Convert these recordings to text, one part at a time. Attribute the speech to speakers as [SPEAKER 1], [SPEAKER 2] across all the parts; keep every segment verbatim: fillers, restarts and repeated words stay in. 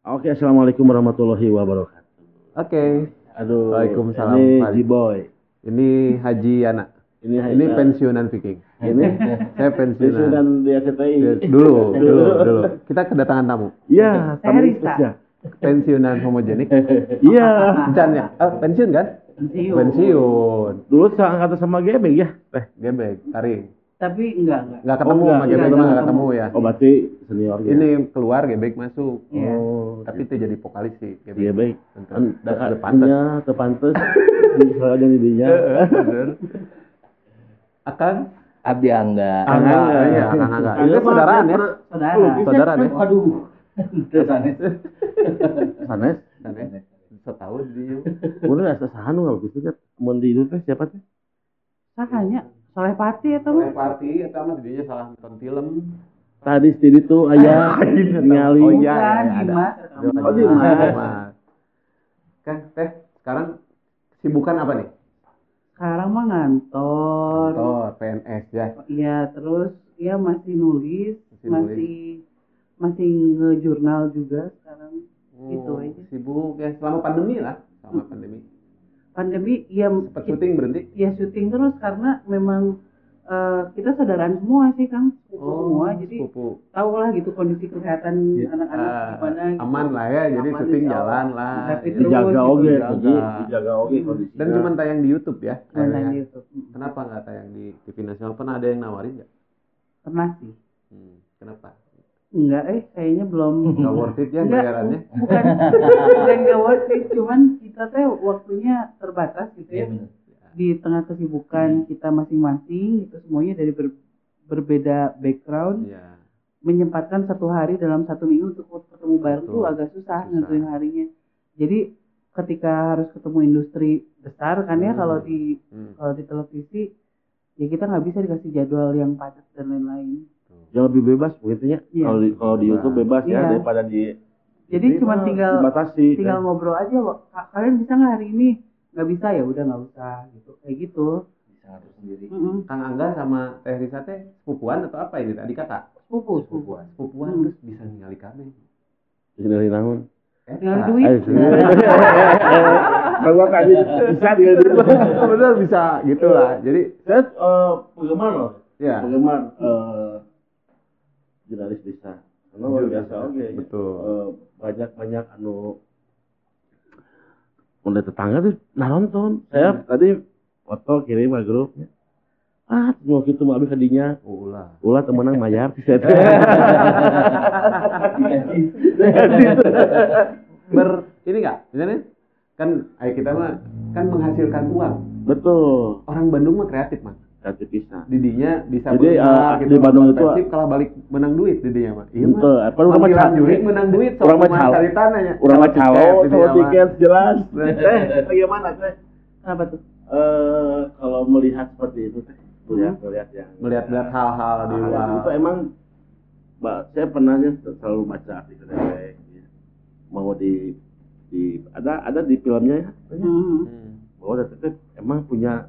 [SPEAKER 1] Oke, assalamualaikum warahmatullahi wabarakatuh.
[SPEAKER 2] Oke.
[SPEAKER 1] Aduh,
[SPEAKER 2] Waalaikumsalam,
[SPEAKER 1] ini
[SPEAKER 2] Pak.
[SPEAKER 1] G-Boy.
[SPEAKER 2] Ini Haji Yana.
[SPEAKER 1] Ini
[SPEAKER 2] Ini pensiunan Viking.
[SPEAKER 1] Ini
[SPEAKER 2] Saya pensiunan.
[SPEAKER 1] pensiunan di R C T I.
[SPEAKER 2] Dulu, dulu, dulu. Kita kedatangan tamu.
[SPEAKER 1] Iya,
[SPEAKER 3] Saya
[SPEAKER 1] tamu
[SPEAKER 3] Risa.
[SPEAKER 1] spesial.
[SPEAKER 2] Pensiunan homogenik.
[SPEAKER 1] Iya.
[SPEAKER 2] Can ya? Oh, pensiun kan?
[SPEAKER 3] Pensiun.
[SPEAKER 2] Pensiun.
[SPEAKER 1] Dulu seangkatan sama Gebeng ya? Eh,
[SPEAKER 2] Gebek, taring.
[SPEAKER 3] Tapi enggak enggak.
[SPEAKER 2] Nggak ketemu
[SPEAKER 1] Oh, enggak,
[SPEAKER 2] sama Gebek
[SPEAKER 3] enggak,
[SPEAKER 2] mah nggak
[SPEAKER 3] enggak
[SPEAKER 2] ketemu ya.
[SPEAKER 1] oh berarti senior ya?
[SPEAKER 2] Ini keluar Gebek masuk.
[SPEAKER 3] Iya.
[SPEAKER 1] Oh,
[SPEAKER 2] Tapi itu jadi vokalis sih Gebek.
[SPEAKER 1] Gebek. Kan
[SPEAKER 2] Udah udah pantas.
[SPEAKER 1] dekatnya terpantes. Misalnya di dinya.
[SPEAKER 2] Bener. Akang?
[SPEAKER 4] Abdi Angga.
[SPEAKER 1] Ah,
[SPEAKER 2] Angga,
[SPEAKER 1] Angga.
[SPEAKER 2] iya, Akang Angga.
[SPEAKER 1] Ini
[SPEAKER 2] Itu saudaraan ya?
[SPEAKER 3] Saudara.
[SPEAKER 2] Saudara deh.
[SPEAKER 4] Waduh. Sanes.
[SPEAKER 1] Sanes.
[SPEAKER 2] Sanes. Setahun dia.
[SPEAKER 1] Mulai asa sahan nggak begitu kan? Mun di itu teh siapa teh?
[SPEAKER 3] Sakanya Soleh Pati atau
[SPEAKER 2] Oleh party itu mah didinya salah nonton film.
[SPEAKER 1] Tadi di itu aya nyali.
[SPEAKER 2] Oh iya,
[SPEAKER 3] Bukan,
[SPEAKER 2] iya, ada.
[SPEAKER 3] Dimas.
[SPEAKER 1] Oh, Dimas.
[SPEAKER 2] Dimas. Kan teh sekarang kesibukan apa nih?
[SPEAKER 3] Sekarang mah ngantor.
[SPEAKER 2] Kantor P N S ya.
[SPEAKER 3] Iya, terus ya masih nulis,
[SPEAKER 2] Masih
[SPEAKER 3] masih masih ngejurnal juga sekarang. Gitu
[SPEAKER 2] Oh,
[SPEAKER 3] aja.
[SPEAKER 2] sibuk ya selama pandemi lah, selama pandemi.
[SPEAKER 3] Pandemi ya
[SPEAKER 2] Sempat syuting berhenti.
[SPEAKER 3] ya syuting terus karena memang eh, kita saudaraan semua sih Kang, sepupu semua. Jadi
[SPEAKER 2] sepupu.
[SPEAKER 3] tahu lah gitu kondisi kesehatan
[SPEAKER 2] Ya,
[SPEAKER 3] anak-anak
[SPEAKER 2] ah,
[SPEAKER 3] gimana gitu.
[SPEAKER 2] aman lah ya, jadi
[SPEAKER 3] Aman,
[SPEAKER 2] syuting
[SPEAKER 3] insya Allah.
[SPEAKER 2] jalan lah.
[SPEAKER 3] Happy
[SPEAKER 2] ya.
[SPEAKER 3] terus.
[SPEAKER 1] Dijaga
[SPEAKER 3] gitu,
[SPEAKER 1] oge,
[SPEAKER 2] dijaga.
[SPEAKER 1] Ji. Dijaga oge kondisinya.
[SPEAKER 2] Dan cuma tayang di YouTube ya.
[SPEAKER 3] Main
[SPEAKER 2] kayaknya.
[SPEAKER 3] di YouTube.
[SPEAKER 2] Kenapa nggak tayang di T V nasional? Pernah ada yang nawarin nggak?
[SPEAKER 3] Pernah sih.
[SPEAKER 2] Hmm, kenapa?
[SPEAKER 3] Enggak, eh kayaknya belum.
[SPEAKER 2] Nggak worth it ya
[SPEAKER 3] Enggak,
[SPEAKER 2] bayarannya?
[SPEAKER 3] bukan bukan nggak worth it, cuman kita teh waktunya terbatas gitu ya.
[SPEAKER 4] Iya benar.
[SPEAKER 3] Di tengah kesibukan kita masing-masing, itu semuanya dari ber- berbeda background,
[SPEAKER 2] Iya.
[SPEAKER 3] menyempatkan satu hari dalam satu minggu untuk ketemu bareng
[SPEAKER 2] Betul.
[SPEAKER 3] tuh agak susah
[SPEAKER 2] Susah.
[SPEAKER 3] nentuin harinya. Jadi ketika harus ketemu industri besar kan ya,
[SPEAKER 2] Hmm.
[SPEAKER 3] kalau di
[SPEAKER 2] Hmm.
[SPEAKER 3] kalau di televisi ya kita nggak bisa dikasih jadwal yang padat dan lain-lain.
[SPEAKER 1] Yang lebih bebas begitu ya.
[SPEAKER 3] Iya.
[SPEAKER 1] Kalau di kalau di
[SPEAKER 2] Bebas.
[SPEAKER 1] YouTube bebas ya
[SPEAKER 3] Iya.
[SPEAKER 1] daripada di
[SPEAKER 3] Jadi
[SPEAKER 1] Ini
[SPEAKER 3] cuma
[SPEAKER 1] mah
[SPEAKER 3] tinggal
[SPEAKER 1] dibatasi.
[SPEAKER 3] tinggal
[SPEAKER 1] kan.
[SPEAKER 3] ngobrol aja, Wak. Ka- kalian bisa nggak hari ini? Nggak bisa ya udah nggak usah gitu, kayak gitu.
[SPEAKER 4] Bisa ngatur sendiri.
[SPEAKER 3] Mm-mm.
[SPEAKER 2] Kang Angga sama Teh Risa teh sepupuan atau apa ini? Adik kakak?
[SPEAKER 3] Sepupu, sepupu.
[SPEAKER 2] Sepupuan
[SPEAKER 3] Hmm.
[SPEAKER 2] terus bisa ningali kami.
[SPEAKER 1] dari naon?
[SPEAKER 3] Tinggal
[SPEAKER 2] Eta.
[SPEAKER 3] duit.
[SPEAKER 1] Ayo sini. Bahwa tadi bisa dia dulu.
[SPEAKER 2] Bener bisa gitulah. Jadi
[SPEAKER 1] Saya eh, penggemar loh.
[SPEAKER 2] ya
[SPEAKER 1] Penggemar eh jurnalis bisa. Karena luar biasa oke.
[SPEAKER 2] betul.
[SPEAKER 1] Eh, banyak-banyak anu udah tetangga tuh nah nonton. Saya tadi foto kirim ke grupnya. Ah, mau gitu mah abis kadinya.
[SPEAKER 2] Ulah.
[SPEAKER 1] Ulah temenang mayar.
[SPEAKER 2] Ber ini enggak? Misalnya kan ayo kita mah kan menghasilkan uang.
[SPEAKER 1] Betul.
[SPEAKER 2] Orang Bandung mah kreatif, Mas.
[SPEAKER 1] Kreatif bisa.
[SPEAKER 2] Didinya bisa
[SPEAKER 1] Jadi,
[SPEAKER 2] berubah
[SPEAKER 1] eh, di Bandung itu-
[SPEAKER 2] Persib kalau balik menang duit didinya mah. Iya mah.
[SPEAKER 1] Betul. Apa orang mah
[SPEAKER 2] Panggilan
[SPEAKER 1] cal-
[SPEAKER 2] jurik menang duit
[SPEAKER 1] Orang mah
[SPEAKER 2] cuma
[SPEAKER 1] cal-
[SPEAKER 2] cari tanahnya.
[SPEAKER 1] Orang mah calo,
[SPEAKER 2] Tiket,
[SPEAKER 1] sama
[SPEAKER 2] didinya mah.
[SPEAKER 1] tiket jelas. Eh, bagaimana teh?
[SPEAKER 3] Kenapa tuh?
[SPEAKER 1] Eh, kalau melihat seperti itu teh, tuh ya, melihat yang
[SPEAKER 2] Melihat-lihat hal-hal di
[SPEAKER 1] hal-hal
[SPEAKER 2] luar.
[SPEAKER 1] itu emang, Mbak, saya pernah ya selalu baca artikel ya, mau di di ada ada di filmnya ya,
[SPEAKER 3] Hmm.
[SPEAKER 2] Hmm.
[SPEAKER 1] bahwa tetep emang punya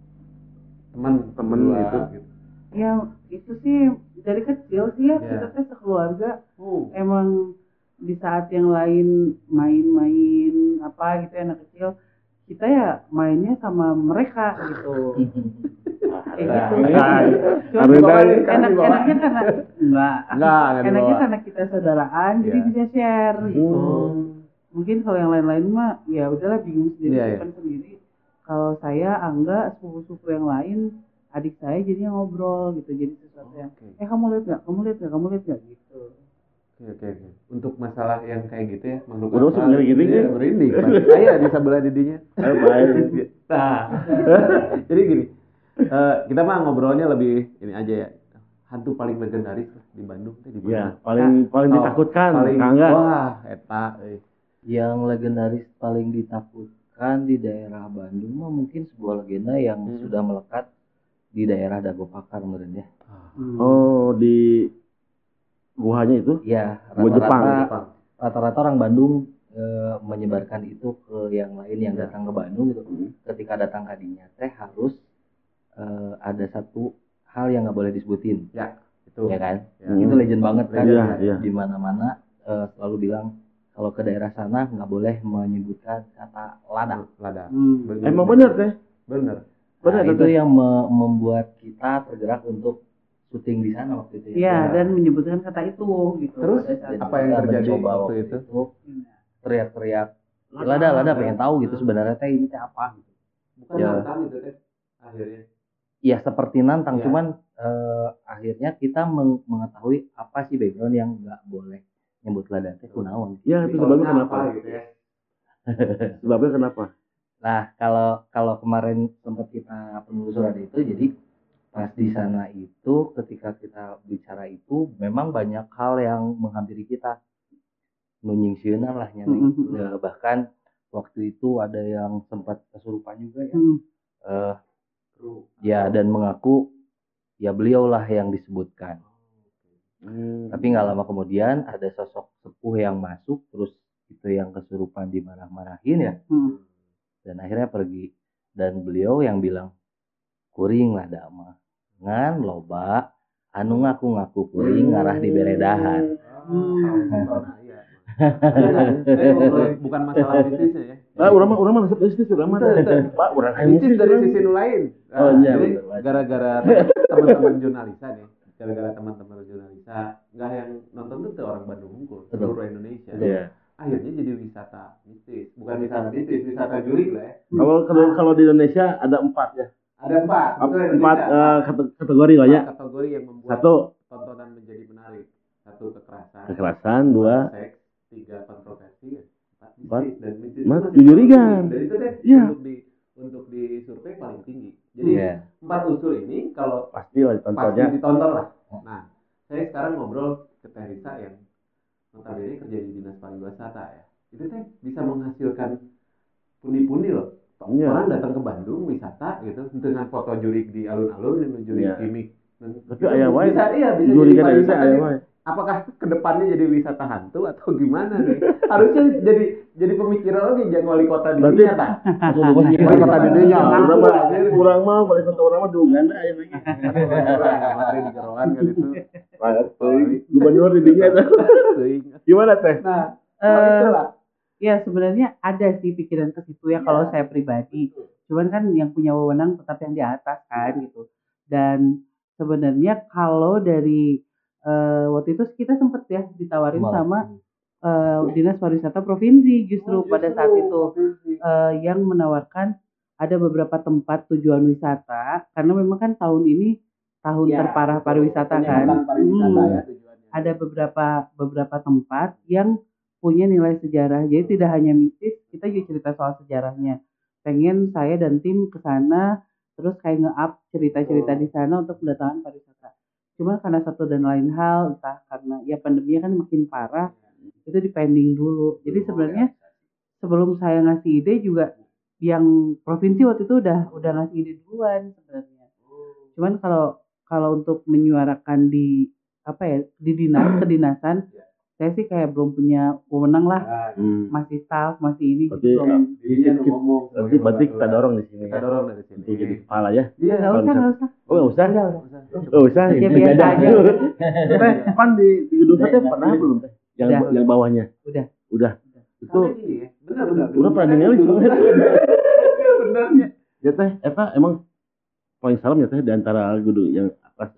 [SPEAKER 2] Teman
[SPEAKER 1] Temen
[SPEAKER 2] berdua
[SPEAKER 1] gitu.
[SPEAKER 3] Ya itu sih dari kecil sih ya,
[SPEAKER 2] Ya.
[SPEAKER 3] kita tuh sekeluarga
[SPEAKER 2] Oh.
[SPEAKER 3] emang di saat yang lain main-main apa gitu anak kecil, kita ya mainnya sama mereka gitu. Kayak gitu.
[SPEAKER 1] Nah,
[SPEAKER 3] Cuma
[SPEAKER 1] Amin,
[SPEAKER 3] dibawa-
[SPEAKER 1] Bay.
[SPEAKER 2] Kan
[SPEAKER 3] enak,
[SPEAKER 2] dibawa.
[SPEAKER 3] enaknya karena enggak.
[SPEAKER 2] Enggak, enggak
[SPEAKER 3] Enaknya
[SPEAKER 2] dibawa.
[SPEAKER 3] karena kita saudaraan jadi
[SPEAKER 2] Iya.
[SPEAKER 3] bisa share gitu.
[SPEAKER 2] Oh.
[SPEAKER 3] Mungkin kalau yang lain-lain mah ya udahlah bingung sendiri,
[SPEAKER 2] Iya, iya.
[SPEAKER 3] simpan sendiri. Kalau saya Angga, sepupu-sepupu yang lain, adik saya jadinya ngobrol gitu, jadi sesuatu yang
[SPEAKER 2] Oke.
[SPEAKER 3] eh kamu lihat nggak, kamu lihat nggak, kamu lihat nggak gitu.
[SPEAKER 2] Oke, oke, oke. Untuk masalah yang kayak gitu ya, makhluk
[SPEAKER 1] Udah,
[SPEAKER 2] astral,
[SPEAKER 1] sebenarnya gini,
[SPEAKER 2] iya,
[SPEAKER 1] ya.
[SPEAKER 2] merinding. Pasti saya di sebelah didinya.
[SPEAKER 1] eh, baik.
[SPEAKER 2] Nah, jadi gini, eh, kita mah ngobrolnya lebih ini aja ya. Hantu paling legendaris lah di Bandung teh di
[SPEAKER 1] Ya,
[SPEAKER 2] mana?
[SPEAKER 1] paling paling
[SPEAKER 2] So,
[SPEAKER 1] ditakutkan,
[SPEAKER 2] paling,
[SPEAKER 1] Kangga.
[SPEAKER 2] wah, eta. eh.
[SPEAKER 4] Yang legendaris paling ditakutkan di daerah Bandung mah mungkin sebuah legenda yang
[SPEAKER 2] Hmm.
[SPEAKER 4] sudah melekat di daerah Dago Pakar meren ya.
[SPEAKER 3] Hmm.
[SPEAKER 1] Oh, di guhanya itu?
[SPEAKER 4] Ya,
[SPEAKER 1] Gua Jepang.
[SPEAKER 4] rata-rata
[SPEAKER 2] Jepang.
[SPEAKER 4] rata-rata orang Bandung eh, menyebarkan itu ke yang lain yang
[SPEAKER 2] Ya.
[SPEAKER 4] datang ke Bandung gitu.
[SPEAKER 1] Hmm.
[SPEAKER 4] Ketika datang ke dinya teh harus eh, ada satu hal yang nggak boleh disebutin,
[SPEAKER 2] Ya, itu.
[SPEAKER 4] ya kan?
[SPEAKER 2] Ya.
[SPEAKER 4] Itu legend banget kan.
[SPEAKER 1] Iya, iya.
[SPEAKER 4] Di mana-mana eh, selalu bilang kalau ke daerah sana nggak boleh menyebutkan kata lada.
[SPEAKER 2] Lada.
[SPEAKER 3] Hmm.
[SPEAKER 1] Emang bener teh.
[SPEAKER 2] Bener.
[SPEAKER 1] Bener
[SPEAKER 4] Nah, itu
[SPEAKER 1] teh.
[SPEAKER 4] yang me- membuat kita tergerak untuk syuting di sana waktu itu
[SPEAKER 3] Iya,
[SPEAKER 2] Ya.
[SPEAKER 3] dan menyebutkan kata itu gitu.
[SPEAKER 2] Terus
[SPEAKER 3] pada saat
[SPEAKER 4] Dan
[SPEAKER 2] apa yang
[SPEAKER 4] kita
[SPEAKER 2] terjadi
[SPEAKER 4] mencoba
[SPEAKER 2] waktu itu?
[SPEAKER 4] teriak-teriak lada lada pengen tahu gitu sebenarnya teh ini teh apa gitu.
[SPEAKER 2] Bukan
[SPEAKER 4] Ya.
[SPEAKER 2] nantang itu teh akhirnya.
[SPEAKER 4] Ya seperti nantang,
[SPEAKER 2] Ya.
[SPEAKER 4] cuman eh, akhirnya kita meng- mengetahui apa sih background yang nggak boleh nyebut lada teh kunaon.
[SPEAKER 1] Ya, itu sebabnya
[SPEAKER 2] Mitosnya
[SPEAKER 1] kenapa?
[SPEAKER 2] apa gitu ya?
[SPEAKER 1] Sebabnya kenapa?
[SPEAKER 4] Nah kalau kalau kemarin sempat kita penelusuran itu, jadi pas di sana itu ketika kita bicara itu memang banyak hal yang menghampiri kita, nunying sieunan lah nyani.
[SPEAKER 3] Mhm.
[SPEAKER 4] Ya, bahkan waktu itu ada yang sempat kesurupan juga ya.
[SPEAKER 3] Hmm.
[SPEAKER 4] Eh, ya dan mengaku ya beliau lah yang disebutkan.
[SPEAKER 1] Hmm.
[SPEAKER 4] Tapi nggak lama kemudian ada sosok sepuh yang masuk, terus itu yang kesurupan dimarah-marahin ya,
[SPEAKER 3] Hmm.
[SPEAKER 4] dan akhirnya pergi. Dan beliau yang bilang kuring lah dama ngan loba anu ngaku-ngaku kuring ngarah di beredahan.
[SPEAKER 3] Hmm.
[SPEAKER 2] Saya ngobrol bukan masalah bisnisnya ya.
[SPEAKER 1] Ah, urang mah urang mah resep bisnis urang mah. Pak, urang
[SPEAKER 2] Bisnis dari sisi nu lain.
[SPEAKER 1] Oh, iya,
[SPEAKER 2] Jadi
[SPEAKER 1] betul, betul.
[SPEAKER 2] gara-gara teman-teman jurnalisa nih, gara-gara teman-teman jurnalisa, nggak yang nonton tuh tuh orang Bandung Unggul,
[SPEAKER 4] Betul.
[SPEAKER 2] seluruh Indonesia.
[SPEAKER 1] Iya.
[SPEAKER 2] Akhirnya jadi wisata bisnis, bukan wisata bisnis, wisata juri lah ya.
[SPEAKER 1] Kalau kalau kalau di Indonesia ada empat ya.
[SPEAKER 2] Ada empat, betul
[SPEAKER 1] Empat
[SPEAKER 2] Indonesia.
[SPEAKER 1] eh, kate- kategori lah ya.
[SPEAKER 2] Empat kategori yang membuat
[SPEAKER 1] Satu
[SPEAKER 2] tontonan menjadi menarik. Satu kekerasan,
[SPEAKER 1] kekerasan, dua
[SPEAKER 2] seks, tiga kontroversi, empat
[SPEAKER 1] Empat.
[SPEAKER 2] bisnis dan bisnis
[SPEAKER 1] Mas,
[SPEAKER 2] itu masih
[SPEAKER 1] jujurigan.
[SPEAKER 2] tinggi. Dan itu deh
[SPEAKER 1] Iya.
[SPEAKER 2] untuk di untuk di survei paling tinggi. Jadi
[SPEAKER 4] Iya.
[SPEAKER 2] empat unsur ini kalau
[SPEAKER 1] pasti lah
[SPEAKER 2] pasti
[SPEAKER 1] tontonnya.
[SPEAKER 2] ditonton lah. Nah, saya sekarang ngobrol ke Teh Risa yang notabene kerja di dinas pariwisata ya. Itu teh bisa menghasilkan pundi-pundi loh.
[SPEAKER 1] Iya.
[SPEAKER 2] Orang datang ke Bandung wisata gitu dengan foto jurik di alun-alun dan jurik
[SPEAKER 1] Iya.
[SPEAKER 2] gimmick. Dan
[SPEAKER 1] Tapi
[SPEAKER 2] itu
[SPEAKER 1] aya wae.
[SPEAKER 2] bisa iya bisa
[SPEAKER 1] Juri
[SPEAKER 2] jadi
[SPEAKER 1] kan
[SPEAKER 2] pariwisata
[SPEAKER 1] aya
[SPEAKER 2] nih.
[SPEAKER 1] wae.
[SPEAKER 2] Apakah kedepannya jadi wisata hantu atau gimana nih? Harusnya jadi jadi pemikiran lagi jangan wali kota di
[SPEAKER 1] Berarti-
[SPEAKER 2] dunia tak?
[SPEAKER 1] Wali kota di dunia.
[SPEAKER 2] Ngaku
[SPEAKER 1] Urang mah
[SPEAKER 2] anjir.
[SPEAKER 1] urang mah wali kota urang mah di Uganda aya lagi.
[SPEAKER 2] Kemarin di Geroan kan itu.
[SPEAKER 1] Gubernur di dinya itu. Gimana teh?
[SPEAKER 2] Nah,
[SPEAKER 3] Eh,
[SPEAKER 2] itulah.
[SPEAKER 3] ya sebenarnya ada sih pikiran ke situ ya kalau saya pribadi. Cuman kan yang punya wewenang tetap yang di atas kan gitu. Dan sebenarnya kalau dari eh, waktu itu kita sempet ya ditawarin
[SPEAKER 4] Malah.
[SPEAKER 3] sama eh, dinas pariwisata provinsi justru pada saat itu eh, yang menawarkan ada beberapa tempat tujuan wisata karena memang kan tahun ini tahun
[SPEAKER 2] Ya,
[SPEAKER 3] terparah
[SPEAKER 2] betul.
[SPEAKER 3] pariwisata kan.
[SPEAKER 2] Penyematan pariwisata
[SPEAKER 3] Hmm.
[SPEAKER 2] ya tujuannya.
[SPEAKER 3] Ada beberapa beberapa tempat yang punya nilai sejarah. Jadi tidak hanya mistis, kita juga cerita soal sejarahnya. Pengen saya dan tim ke sana terus kayak nge-up cerita-cerita di sana untuk mendatangkan pariwisata. Cuma karena satu dan lain hal, entah karena ya pandeminya kan makin parah, itu dipending dulu. Jadi sebenarnya sebelum saya ngasih ide juga yang provinsi waktu itu udah udah ngasih ide duluan sebenarnya. Cuman kalau kalau untuk menyuarakan di apa ya di dinas kedinasan, saya sih kayak belum punya wewenang lah,
[SPEAKER 1] Hmm.
[SPEAKER 3] masih staff masih ini
[SPEAKER 1] Berarti
[SPEAKER 3] gitu belum.
[SPEAKER 2] Dirinya lu ngomong.
[SPEAKER 1] Berarti berarti kita dorong di sini
[SPEAKER 2] Kita
[SPEAKER 1] ya.
[SPEAKER 2] dorong dari sini.
[SPEAKER 1] Untuk jadi kepala ya.
[SPEAKER 2] Iya,
[SPEAKER 3] Nggak usah nggak usah.
[SPEAKER 1] Oh, enggak usah.
[SPEAKER 3] Udah, udah.
[SPEAKER 1] Oh, usah.
[SPEAKER 3] Ya, biasa aja.
[SPEAKER 1] Teh, pan di di gedung teh pernah belum teh? Yang
[SPEAKER 3] Udah.
[SPEAKER 1] yang bawahnya.
[SPEAKER 3] Udah.
[SPEAKER 1] Udah. Itu
[SPEAKER 2] Itu benar benar.
[SPEAKER 1] udah pernah ningali sebenarnya.
[SPEAKER 2] Benernya.
[SPEAKER 1] Ya teh, eta emang paling salam ya teh di antara gedung yang atas.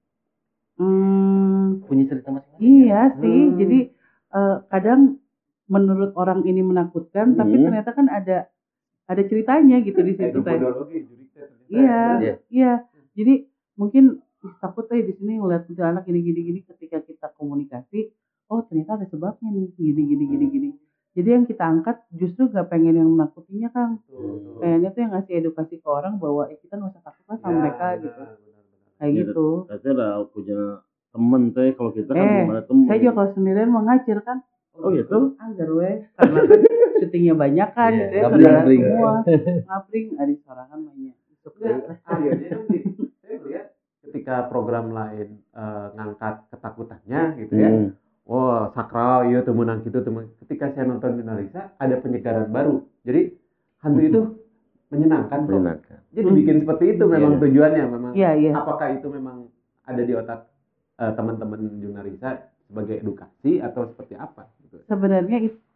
[SPEAKER 3] Hmm,
[SPEAKER 4] Punya cerita masing-masing.
[SPEAKER 3] iya sih.
[SPEAKER 2] Hmm.
[SPEAKER 3] Jadi eh, kadang menurut orang ini menakutkan, tapi
[SPEAKER 1] Hmm.
[SPEAKER 3] ternyata kan ada ada ceritanya gitu di situ teh. Iya,
[SPEAKER 4] Iya.
[SPEAKER 3] iya. Jadi mungkin ih, takut teh di sini ngeliat anak gini gini gini ketika kita komunikasi, oh ternyata ada sebabnya nih gini gini gini gini. Jadi yang kita angkat justru gak pengen yang menakutinya Kang. Kayaknya tuh yang ngasih edukasi ke orang bahwa eh, kita nggak usah takut lah sama mereka gitu. Kayak
[SPEAKER 1] Iya,
[SPEAKER 3] gitu.
[SPEAKER 1] Saya ada punya temen teh, kalau kita kan
[SPEAKER 3] Eh,
[SPEAKER 1] belum ada temen.
[SPEAKER 3] saya juga kalau sendirian mau ngacir kan.
[SPEAKER 1] Oh gitu?
[SPEAKER 3] Agar weh, karena kan syutingnya banyak kan
[SPEAKER 4] Iya,
[SPEAKER 3] gitu ya,
[SPEAKER 4] ngabring,
[SPEAKER 3] saudara
[SPEAKER 4] ngabring.
[SPEAKER 3] semua. Ngabring, ada sorangan mainnya.
[SPEAKER 2] Akhirnya tuh di- saya melihat ketika program lain eh, ngangkat ketakutannya gitu ya.
[SPEAKER 1] Hmm.
[SPEAKER 2] Wah, sakral, iya temenang gitu temen. Ketika saya nonton Finalisa, ada penyegaran baru. Jadi hantu itu menyenangkan kok.
[SPEAKER 1] Menyenangkan.
[SPEAKER 2] Jadi bikin seperti itu memang
[SPEAKER 1] Iya.
[SPEAKER 2] tujuannya memang.
[SPEAKER 3] Iya, iya.
[SPEAKER 2] Apakah itu memang ada di otak eh, teman-teman Junarisa sebagai edukasi atau seperti apa? Gitu.
[SPEAKER 3] Sebenarnya it-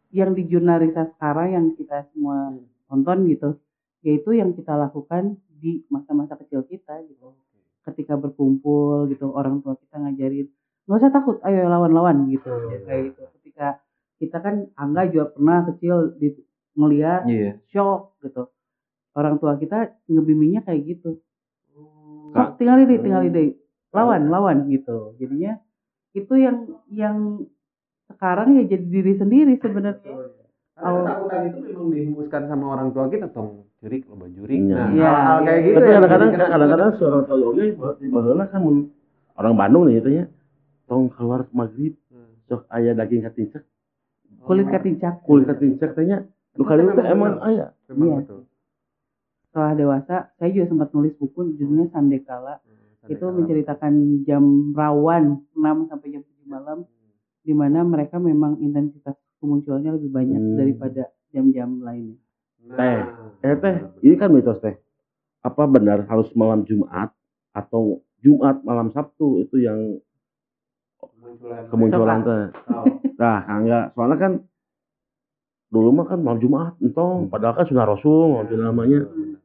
[SPEAKER 3] yang di jurnalisa sekarang yang kita semua tonton gitu, yaitu yang kita lakukan di masa-masa kecil kita gitu. Ketika berkumpul gitu, orang tua kita ngajarin, nggak usah takut, ayo lawan-lawan gitu. Kayak gitu. Ketika kita kan Angga juga pernah kecil di, ngeliat
[SPEAKER 4] Iya.
[SPEAKER 3] shock gitu. Orang tua kita ngebimbingnya kayak gitu.
[SPEAKER 1] Kak.
[SPEAKER 3] Sok tinggal ide, tinggal ide, lawan, lawan gitu. Jadinya itu yang yang sekarang ya jadi diri sendiri sebenarnya.
[SPEAKER 2] Karena ketakutan itu memang dihembuskan sama orang tua kita, tong jurik loba jurik.
[SPEAKER 1] Iya.
[SPEAKER 2] Nah,
[SPEAKER 3] Iya,
[SPEAKER 2] hal-hal kayak
[SPEAKER 3] iya.
[SPEAKER 2] gitu.
[SPEAKER 1] Tapi
[SPEAKER 2] yang
[SPEAKER 1] kadang-kadang
[SPEAKER 2] jadi kena-
[SPEAKER 1] kadang-kadang seorang teologi di baheula kan mun orang Bandung nih itu nya tong keluar maghrib
[SPEAKER 2] Hmm.
[SPEAKER 1] sok aya daging katincek
[SPEAKER 3] Kulit katincak.
[SPEAKER 1] kulit katincek teh nya nu kadieu teh emang aya.
[SPEAKER 2] Memang
[SPEAKER 3] Iya.
[SPEAKER 2] betul.
[SPEAKER 3] Setelah dewasa, saya juga sempat nulis buku judulnya Sandekala.
[SPEAKER 2] Hmm,
[SPEAKER 3] Itu
[SPEAKER 2] Sandekala.
[SPEAKER 3] menceritakan jam rawan enam sampai jam tujuh malam, di mana mereka memang intensitas kemunculannya lebih banyak
[SPEAKER 1] Hmm.
[SPEAKER 3] daripada jam-jam lainnya.
[SPEAKER 1] Teh, eh teh, ini kan mitos teh. Apa benar harus malam Jumat atau Jumat malam Sabtu itu yang
[SPEAKER 2] kemunculan
[SPEAKER 1] kemunculan teh?
[SPEAKER 2] Oh.
[SPEAKER 1] Nah, enggak, soalnya kan dulu mah kan malam Jumat, entong, padahal kan sunah Rasul, maksud namanya.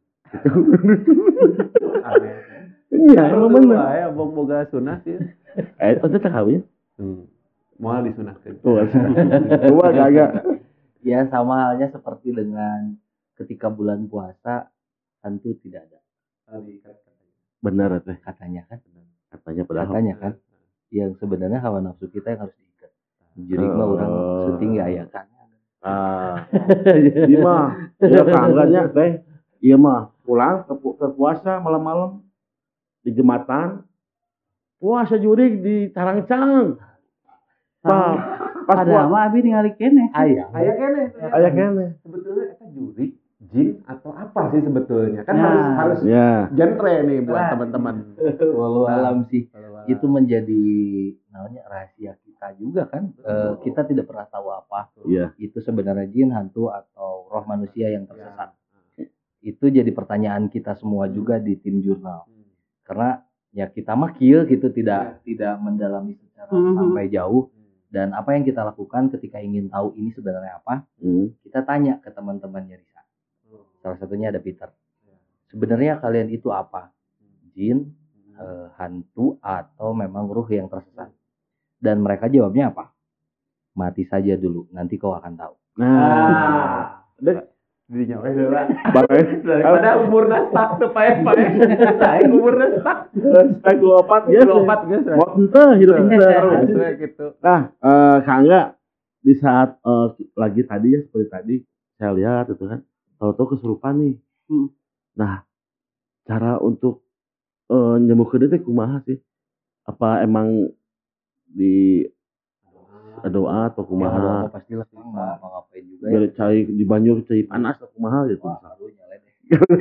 [SPEAKER 2] Aneh.
[SPEAKER 1] Iya, emang bener.
[SPEAKER 2] Rasulullah ya boga sunah sih.
[SPEAKER 1] Eh, itu teh kawin?
[SPEAKER 2] Hmm. Moal disunahkeun.
[SPEAKER 1] Tuh, coba kagak.
[SPEAKER 4] Ya sama halnya seperti dengan ketika bulan puasa hantu tidak ada
[SPEAKER 1] Benar teh,
[SPEAKER 4] katanya kan.
[SPEAKER 1] katanya padahal.
[SPEAKER 4] Katanya kan. Yang sebenarnya hawa nafsu kita yang harus diikat. Jurik mah orang
[SPEAKER 1] Oh.
[SPEAKER 4] syuting ya ya kan.
[SPEAKER 1] Ah, iya mah, ya kangganya teh, iya mah pulang ke, pu- ke puasa malam-malam di jembatan, puasa jurik di Tarangcang. Pak, pas
[SPEAKER 3] Padahal
[SPEAKER 1] puasa,
[SPEAKER 3] mah abi ningali keneh.
[SPEAKER 4] Ayah.
[SPEAKER 2] Aya kene.
[SPEAKER 1] ayah kene.
[SPEAKER 2] Sebetulnya eta jurik, jin atau apa sih sebetulnya? Kan
[SPEAKER 3] Nah.
[SPEAKER 2] harus harus
[SPEAKER 1] Ya,
[SPEAKER 2] genre nih buat
[SPEAKER 3] Nah.
[SPEAKER 2] teman-teman.
[SPEAKER 4] Walau
[SPEAKER 2] Nah.
[SPEAKER 4] alam sih.
[SPEAKER 2] Kalau
[SPEAKER 4] Itu menjadi namanya rahasia kita juga kan. Eh, kita tidak pernah tahu apa.
[SPEAKER 1] iya.
[SPEAKER 4] Itu sebenarnya jin, hantu atau roh manusia yang tersesat. Itu jadi pertanyaan kita semua juga di tim jurnal. Karena ya kita mah kieu gitu tidak tidak mendalami secara
[SPEAKER 3] Mhm.
[SPEAKER 4] sampai jauh, dan apa yang kita lakukan ketika ingin tahu ini sebenarnya apa,
[SPEAKER 1] Hmm.
[SPEAKER 4] kita tanya ke teman-temannya Risa. Salah satunya ada Peter. Sebenarnya kalian itu apa? Jin, eh, hantu, atau memang ruh yang tersesat? Dan mereka jawabnya apa? Mati saja dulu, nanti kau akan tahu.
[SPEAKER 1] Nah, deh,
[SPEAKER 2] dirinya we heula.
[SPEAKER 1] barang
[SPEAKER 2] Daripada umurna stuck teu pae-pae. Lain umurna stuck.
[SPEAKER 1] Stag lopat ya.
[SPEAKER 2] Lompat geus. we.
[SPEAKER 1] Mau ente hidup ente.
[SPEAKER 2] Terus we gitu.
[SPEAKER 1] Nah, eh Kangga di saat eh, lagi tadi ya seperti tadi saya lihat itu kan, tahu-tahu kesurupan nih.
[SPEAKER 3] Hmm.
[SPEAKER 1] Nah, cara untuk eh, nyembuhkeun teh kumaha sih? Apa emang di doa atau
[SPEAKER 4] Ya,
[SPEAKER 1] kumaha?
[SPEAKER 4] kalau pastilah mau ngapain juga ya.
[SPEAKER 1] Biar cai di banyu cai panas atau kumaha gitu.
[SPEAKER 4] Wah, aduh nyalain deh.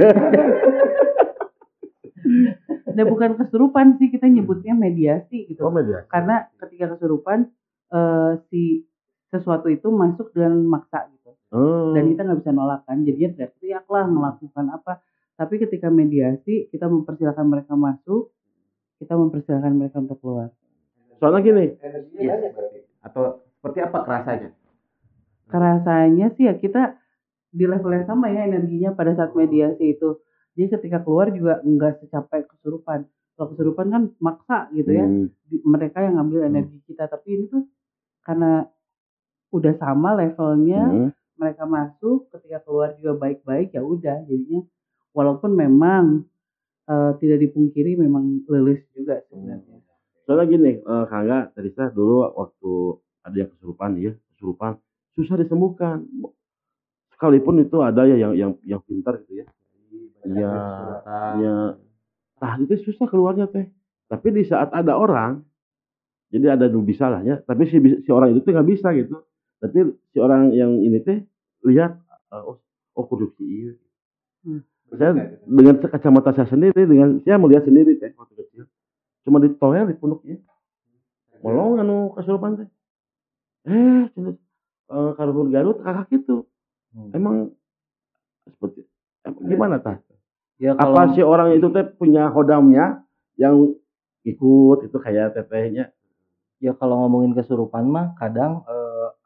[SPEAKER 3] Dan bukan kesurupan sih, kita nyebutnya mediasi gitu.
[SPEAKER 1] Oh, media.
[SPEAKER 3] Karena ketika kesurupan eh, si sesuatu itu masuk dengan maksa gitu.
[SPEAKER 1] Oh.
[SPEAKER 3] Dan kita nggak bisa nolak kan, jadinya teriak-teriak lah melakukan apa. Tapi ketika mediasi kita mempersilahkan mereka masuk, kita mempersilahkan mereka untuk keluar.
[SPEAKER 1] Soalnya gini,
[SPEAKER 2] Iya, atau seperti apa kerasanya?
[SPEAKER 3] Kerasanya sih ya kita di level yang sama ya energinya pada saat mediasi itu. Jadi ketika keluar juga nggak secapek kesurupan. Kalau kesurupan kan maksa gitu ya.
[SPEAKER 1] hmm,
[SPEAKER 3] Di- mereka yang ngambil energi kita, tapi ini tuh karena udah sama levelnya,
[SPEAKER 1] hmm,
[SPEAKER 3] mereka masuk, ketika keluar juga baik-baik, ya udah jadinya walaupun memang eh, tidak dipungkiri memang lelis juga sebenarnya.
[SPEAKER 1] soalnya gini, eh, Kangga tadi saya dulu waktu ada yang kesurupan ya, kesurupan susah disembuhkan. Sekalipun itu ada ya yang yang yang pintar gitu ya. Iya, iya. Nah itu susah keluarnya teh. Tapi di saat ada orang, jadi ada nu bisa lah ya. Tapi si si orang itu tuh nggak bisa gitu. Tapi si orang yang ini teh lihat, eh, oh, oh kudu si ieu.
[SPEAKER 3] Hmm.
[SPEAKER 1] Saya dengan kacamata saya sendiri, dengan saya melihat sendiri teh waktu kecil. Cuma di toel di punduknya. Molong anu kesurupan teh. Eh, cenah eh Karhun Garut kakak gitu.
[SPEAKER 4] Hmm.
[SPEAKER 1] Emang seperti em, gimana tah?
[SPEAKER 4] Ya
[SPEAKER 1] Apa
[SPEAKER 4] kalau
[SPEAKER 1] si orang itu teh punya hodamnya yang ikut itu kayak tetehnya?
[SPEAKER 4] ya kalau ngomongin kesurupan mah kadang eh,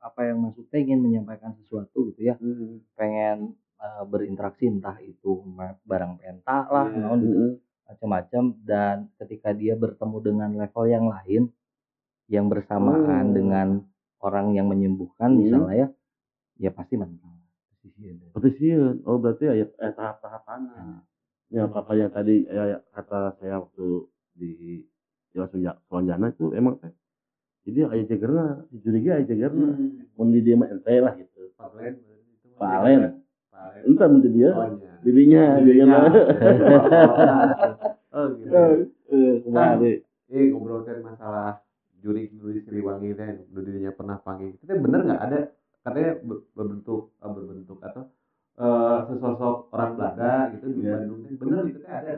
[SPEAKER 4] apa yang maksudnya ingin menyampaikan sesuatu gitu ya,
[SPEAKER 1] Hmm.
[SPEAKER 4] pengen eh, berinteraksi entah itu ma- barang penta lah,
[SPEAKER 2] Iya.
[SPEAKER 4] naon gitu,
[SPEAKER 1] Hmm.
[SPEAKER 4] macam-macam. Dan ketika dia bertemu dengan level yang lain yang bersamaan
[SPEAKER 1] Oh.
[SPEAKER 4] dengan orang yang menyembuhkan
[SPEAKER 1] Hmm.
[SPEAKER 4] misalnya ya, ya pasti mental.
[SPEAKER 1] Petisian. Oh berarti ya, ya tahap-tahapan.
[SPEAKER 4] Nah,
[SPEAKER 1] Ya apa yang tadi ya, ya, kata saya waktu di Jalan Sunja- Sulanjana itu emang teh. Jadi aya jegerna, si juri ge aya jegerna.
[SPEAKER 2] Hmm.
[SPEAKER 1] Mun di dieu mah ente lah gitu.
[SPEAKER 2] Palen.
[SPEAKER 1] Palen.
[SPEAKER 2] Palen.
[SPEAKER 1] Entah mun di dia.
[SPEAKER 2] Oh, iya.
[SPEAKER 1] Dirinya
[SPEAKER 2] Dirinya.
[SPEAKER 1] jegerna.
[SPEAKER 2] Oh gitu.
[SPEAKER 1] Eh, kumaha deui?
[SPEAKER 2] Eh ngobrolkan masalah juri-juri Siliwangi teh, nu dirinya pernah panggil. Itu teh bener nggak ada katanya ber- berbentuk eh, berbentuk atau eh, sesosok orang Belanda gitu di
[SPEAKER 1] Iya.
[SPEAKER 2] Bandung teh bener itu teh ada.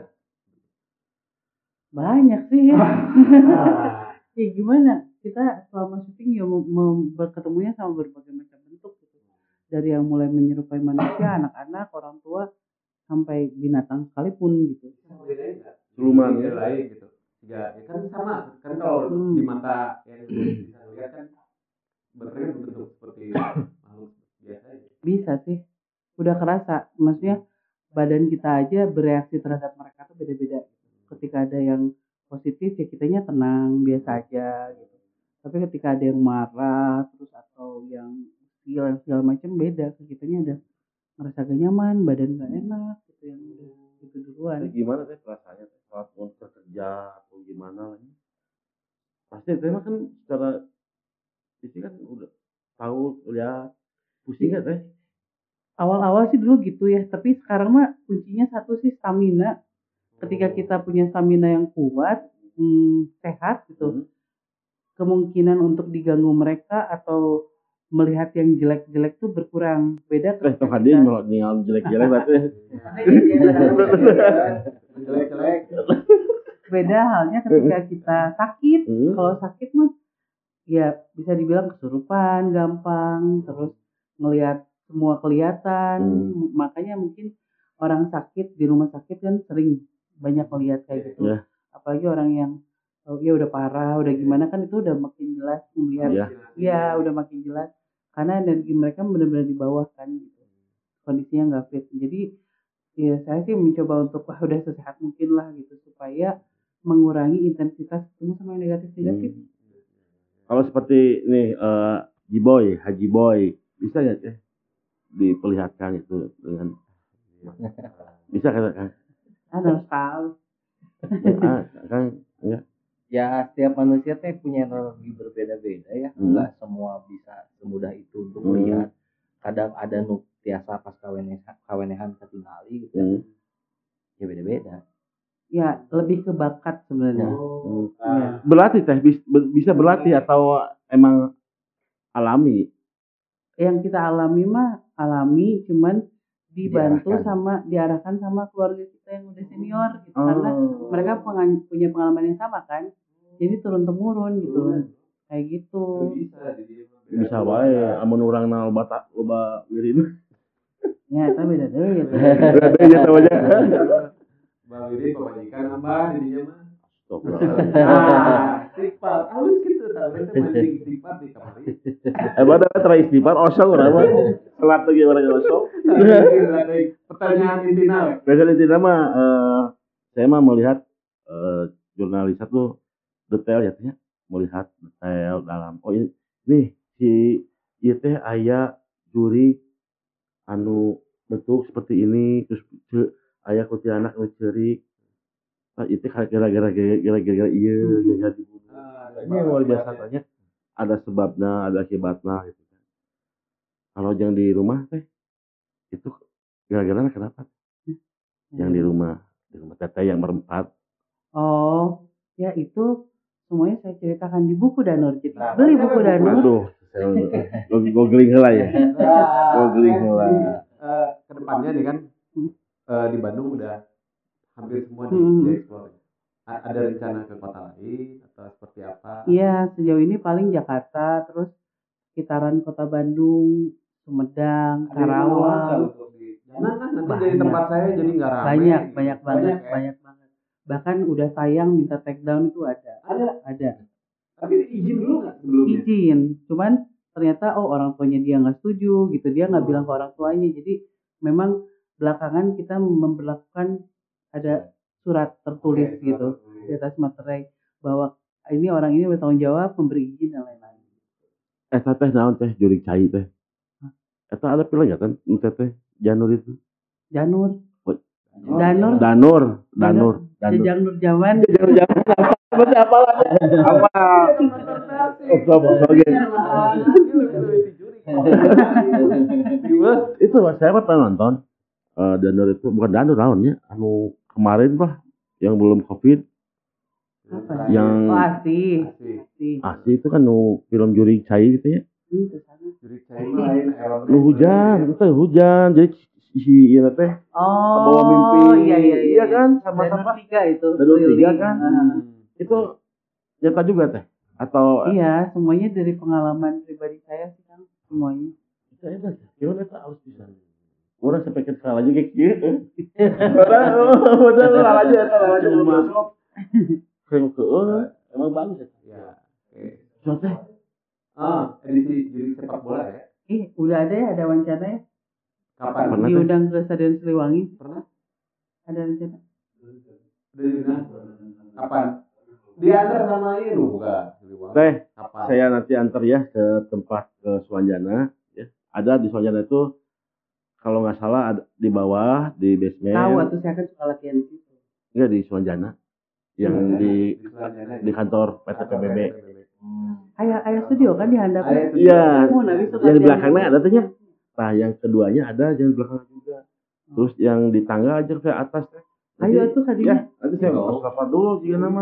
[SPEAKER 3] Banyak sih ya.
[SPEAKER 2] Ah,
[SPEAKER 3] Ya gimana? Kita selama syuting ya mau, mau berketemunya sama berbagai macam bentuk gitu. Dari yang mulai menyerupai manusia, anak-anak, orang tua, sampai binatang sekalipun gitu.
[SPEAKER 2] bedain nggak?
[SPEAKER 1] Siluman,
[SPEAKER 2] Juri
[SPEAKER 1] ya?
[SPEAKER 2] lain gitu. Ya, ya kan sama kan kalau
[SPEAKER 3] Hmm.
[SPEAKER 2] di mata yang bisa lihat kan berarti berbentuk seperti makhluk biasa aja.
[SPEAKER 3] Bisa sih. Udah kerasa. Maksudnya badan kita aja bereaksi terhadap mereka tuh beda-beda. Ketika ada yang positif ya kitanya tenang, biasa aja gitu. Tapi ketika ada yang marah terus atau yang usil yang segala macam beda. Kitanya udah ngerasa gak nyaman, badan gak enak gitu yang udah gitu duluan.
[SPEAKER 1] Teh gimana teh perasaannya teh saat mau kerja atau gimana lah. Pasti teh mah kan secara fisik kan udah tahu lihat pusing gak teh?
[SPEAKER 3] Awal-awal sih dulu gitu ya, tapi sekarang mah kuncinya satu sih stamina. Ketika kita punya stamina yang kuat, hmm, sehat gitu,
[SPEAKER 1] Hmm.
[SPEAKER 3] kemungkinan untuk diganggu mereka atau melihat yang jelek-jelek tuh berkurang. Beda
[SPEAKER 1] Teh
[SPEAKER 3] ketika
[SPEAKER 1] tong hadir
[SPEAKER 3] kita
[SPEAKER 1] mau ningali jelek-jelek berarti.
[SPEAKER 2] Jelek-jelek.
[SPEAKER 3] beda halnya ketika kita sakit.
[SPEAKER 1] Hmm.
[SPEAKER 3] Kalau sakit mah ya bisa dibilang kesurupan gampang, terus ngelihat semua kelihatan.
[SPEAKER 1] Hmm.
[SPEAKER 3] Makanya mungkin orang sakit di rumah sakit kan sering banyak melihat kayak gitu.
[SPEAKER 1] Ya.
[SPEAKER 3] Apalagi orang yang oh, ya udah parah, udah gimana kan itu udah makin jelas melihat.
[SPEAKER 1] Iya.
[SPEAKER 3] Ya udah makin jelas karena energi mereka benar-benar di bawah kan gitu. Kondisinya nggak fit. Jadi ya saya sih mencoba untuk wah udah sesehat mungkin lah gitu supaya mengurangi intensitas ketemu sama yang negatif-negatif.
[SPEAKER 1] Hmm. Kalau seperti nih eh Jiboy, Haji Boy, bisa nggak teh diperlihatkan itu dengan bisa kan kan?
[SPEAKER 3] Ada sekali.
[SPEAKER 1] Ah, kan ya.
[SPEAKER 4] ya setiap manusia teh punya energi berbeda-beda ya,
[SPEAKER 1] Hmm.
[SPEAKER 4] nggak semua bisa semudah itu untuk
[SPEAKER 1] Hmm.
[SPEAKER 4] melihat. Kadang ada nu tiasa pas kawenehan kawenehan ketingali gitu ya,
[SPEAKER 1] Hmm.
[SPEAKER 4] ya beda-beda.
[SPEAKER 3] Ya lebih ke bakat sebenarnya.
[SPEAKER 1] Hmm.
[SPEAKER 3] Ya.
[SPEAKER 1] Berlatih teh bis- ber- bisa berlatih atau emang alami?
[SPEAKER 3] Yang kita alami mah alami, cuman dibantu
[SPEAKER 4] Diarahkan.
[SPEAKER 3] sama diarahkan sama keluarga kita yang udah senior gitu
[SPEAKER 1] Oh.
[SPEAKER 3] karena mereka pengan- punya pengalaman yang sama kan. Jadi turun temurun gitu. Kayak gitu.
[SPEAKER 1] Bisa wae amun urang na loba ta- loba wirin.
[SPEAKER 3] Ya, itu beda deh gitu.
[SPEAKER 1] Berarti ya tawanya.
[SPEAKER 2] Bang Wirin pemajikan apa didinya mah?
[SPEAKER 1] Stop.
[SPEAKER 2] Ah, istighfar. Halus gitu tahu itu mancing istighfar di kamar ini.
[SPEAKER 1] Eh pada tera istighfar osong urang mah. Salat lagi urang osong.
[SPEAKER 2] Pertanyaan intina.
[SPEAKER 1] Biasanya intinya mah eh, saya mah melihat eh, jurnalis tuh detail ya teh, melihat detail dalam. Oh ini nih si ieu teh aya juri anu bentuk seperti ini terus ce, aya kuntilanak nu ceurik. Ah itu gara-gara gara-gara ieu gara-gara dibunuh. Ini yang luar biasa tanya. Ada sebabnya, ada akibatnya gitu kan. Kalau yang di rumah teh itu gara-gara kenapa? Yang di rumah, di rumah teteh yang berempat.
[SPEAKER 3] Oh, ya itu semuanya saya ceritakan di buku Danur. Jadi beli buku Danur.
[SPEAKER 1] Aduh, saya googling heula ya. Googling heula.
[SPEAKER 2] Eh, kedepannya nih kan eh, di Bandung udah hampir semua di,
[SPEAKER 3] Hmm.
[SPEAKER 2] dieksplor. A- Ada rencana ke kota lain atau seperti apa?
[SPEAKER 3] Iya, sejauh ini paling Jakarta, terus sekitaran kota Bandung, Sumedang,
[SPEAKER 2] Ada yang menolak nggak
[SPEAKER 3] Karawang.
[SPEAKER 2] untuk di- Jangan lah nanti
[SPEAKER 3] Banyak.
[SPEAKER 2] jadi tempat saya jadi nggak rame.
[SPEAKER 3] Banyak,
[SPEAKER 2] gitu.
[SPEAKER 3] banyak banget,
[SPEAKER 2] ya?
[SPEAKER 3] banyak banget. Bahkan udah tayang minta take down itu ada.
[SPEAKER 2] Ada.
[SPEAKER 3] Ada.
[SPEAKER 2] Tapi izin dulu nggak sebelumnya?
[SPEAKER 3] Izin, cuman ternyata oh orang tuanya dia nggak setuju gitu, dia nggak bilang ke orang tuanya. Jadi memang belakangan kita memperlakukan ada surat tertulis
[SPEAKER 2] Oke,
[SPEAKER 3] gitu
[SPEAKER 2] surat tertulis.
[SPEAKER 3] di atas materai bahwa ini orang ini bertanggung jawab memberi izin dan lain-lain.
[SPEAKER 1] Eta teh naon teh jurig cai teh. Eta ada pila ya kan teh teh Janur itu.
[SPEAKER 3] Janur,
[SPEAKER 1] Oh,
[SPEAKER 3] Danur,
[SPEAKER 1] Danur, Danur, Danur.
[SPEAKER 3] Jejang Nur Zaman.
[SPEAKER 1] Jangan jangan apa apa lah. Apa? Oh, sama oke. Itu saya mah pernah nonton. Eh, Danur itu bukan Danur naonnya, anu kemarin lah yang belum Covid.
[SPEAKER 3] Apa?
[SPEAKER 1] Yang
[SPEAKER 3] Oh Asti.
[SPEAKER 2] Asli.
[SPEAKER 3] Asti.
[SPEAKER 1] asli itu kan nu film juri cai gitu ya.
[SPEAKER 3] Hmm, kesana.
[SPEAKER 2] Jurik cai mah lain Eropa.
[SPEAKER 1] Nu hujan, itu hujan. Jadi si ieu teh
[SPEAKER 3] Oh,
[SPEAKER 1] bawa mimpi.
[SPEAKER 3] iya iya iya.
[SPEAKER 1] Iya kan
[SPEAKER 3] Danur
[SPEAKER 1] sama-sama.
[SPEAKER 3] tiga itu.
[SPEAKER 1] Danur tiga
[SPEAKER 3] keliling.
[SPEAKER 1] kan?
[SPEAKER 3] Ah.
[SPEAKER 1] Itu nyata juga teh atau
[SPEAKER 3] Iya, semuanya dari pengalaman pribadi saya sih kan semuanya.
[SPEAKER 1] saya dah gimana tak harus bisa. Orang sampai ke salah aja kayak gitu. Padahal udah salah aja salah aja masuk. Kayak ke emang bagus ya.
[SPEAKER 2] Ya. Oke.
[SPEAKER 1] Soalnya
[SPEAKER 2] Ah, edisi jurik sepak bola ya.
[SPEAKER 3] Ih, udah ada ya, ada wawancara ya?
[SPEAKER 2] Kapan?
[SPEAKER 1] Pernah, Teh?
[SPEAKER 3] Diundang ke Stadion Siliwangi,
[SPEAKER 2] Pernah?
[SPEAKER 3] ada rencana.
[SPEAKER 2] Udah diundang? Kapan? Diantar sama ini lu bukan?
[SPEAKER 1] teh
[SPEAKER 2] Kapan?
[SPEAKER 1] saya nanti antar ya ke tempat ke Suanjana ya. Ada di Suanjana itu kalau nggak salah ada di bawah di basement.
[SPEAKER 3] Tahu atau saya kan suka latihan di situ.
[SPEAKER 1] Enggak di Suanjana yang di
[SPEAKER 2] Selanjutnya.
[SPEAKER 1] di kantor P T P B B.
[SPEAKER 3] Ayah ayah studio kan di handap.
[SPEAKER 2] Ayah studio.
[SPEAKER 1] Iya.
[SPEAKER 3] Oh, nah, bisa
[SPEAKER 1] Yang di
[SPEAKER 3] latihan
[SPEAKER 1] belakangnya
[SPEAKER 3] di
[SPEAKER 1] ada
[SPEAKER 3] situ.
[SPEAKER 1] tehnya. Nah, yang keduanya ada yang di belakang juga. Terus yang di tangga aja ke atas teh.
[SPEAKER 3] Ayo tuh
[SPEAKER 1] Ya,
[SPEAKER 3] tadinya.
[SPEAKER 1] nanti saya mau sapa dulu juga nama.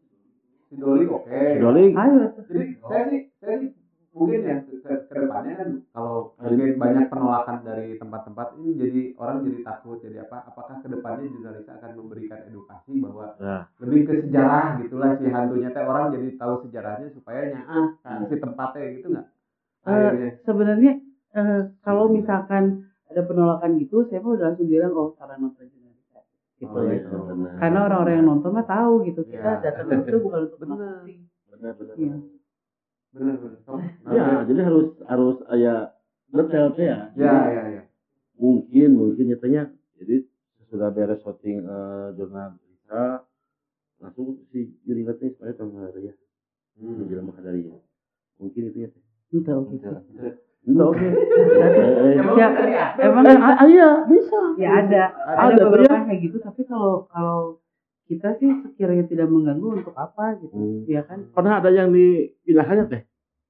[SPEAKER 2] Si Dolik oke.
[SPEAKER 1] Dolik.
[SPEAKER 3] Ayo tuh.
[SPEAKER 2] Jadi saya sih saya sih mungkin ya ke, ke depannya kan kalau mungkin banyak penolakan dari tempat-tempat ini jadi orang jadi takut jadi apa apakah ke depannya jurnalis akan memberikan edukasi bahwa
[SPEAKER 1] Nah,
[SPEAKER 2] lebih ke sejarah gitulah si hantunya teh orang jadi tahu sejarahnya supaya nyaah kan si tempatnya gitu nggak
[SPEAKER 3] Eh,
[SPEAKER 2] akhirnya
[SPEAKER 3] sebenarnya eh, kalau misalkan ada penolakan gitu, saya mah udah langsung bilang oh salah nonton jurnalis gitu
[SPEAKER 1] oh,
[SPEAKER 3] ya.
[SPEAKER 1] iya, benar.
[SPEAKER 3] Karena orang-orang yang nonton mah tahu gitu kita
[SPEAKER 2] Iya.
[SPEAKER 3] datang itu bukan untuk
[SPEAKER 2] Bener.
[SPEAKER 3] mengikuti.
[SPEAKER 1] Benar benar.
[SPEAKER 3] Iya.
[SPEAKER 2] bener bener Kamu-
[SPEAKER 1] Ya, jadi harus harus ya detail teh ya.
[SPEAKER 2] ya ya ya
[SPEAKER 1] Mungkin mungkin nyatanya jadi sudah beres syuting eh, jurnal berita langsung si juri teh supaya tahu hari ya.
[SPEAKER 2] Hmm.
[SPEAKER 1] Menjelang maka dari ya. Mungkin itu ya. teh.
[SPEAKER 3] Itu gitu.
[SPEAKER 1] Enggak oke. Eh,
[SPEAKER 3] Siapa? Emang
[SPEAKER 1] eh, ah, iya bisa.
[SPEAKER 3] ya ada
[SPEAKER 1] Ada
[SPEAKER 3] ada
[SPEAKER 1] tuh
[SPEAKER 3] beberapa
[SPEAKER 1] ya.
[SPEAKER 3] kayak gitu tapi kalau kalau kita sih sekiranya tidak mengganggu untuk apa gitu
[SPEAKER 1] Hmm.
[SPEAKER 3] ya kan
[SPEAKER 1] Pernah ada yang dipindahkannya teh.